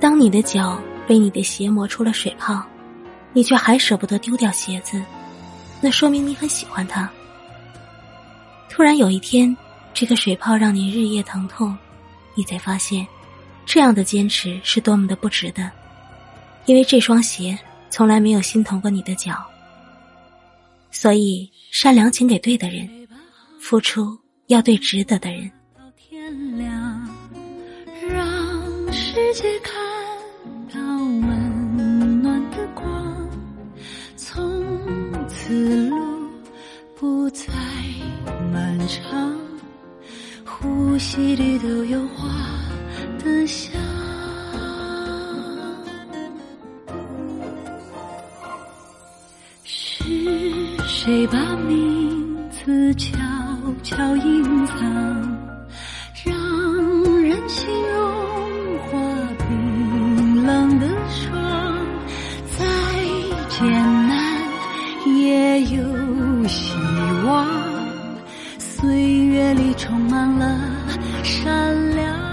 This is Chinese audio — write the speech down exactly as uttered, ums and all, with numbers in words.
当你的脚被你的鞋磨出了水泡，你却还舍不得丢掉鞋子，那说明你很喜欢它。突然有一天，这个水泡让你日夜疼痛，你才发现这样的坚持是多么的不值得，因为这双鞋从来没有心疼过你的脚。所以善良请给对的人，付出要对值得的人。 天亮，让世界看到温暖的光，从此路不再漫长，呼吸里都有花的香。是谁把名字悄悄隐藏，让人心融化冰冷的霜，再艰难也有希望，岁月里充满了善良。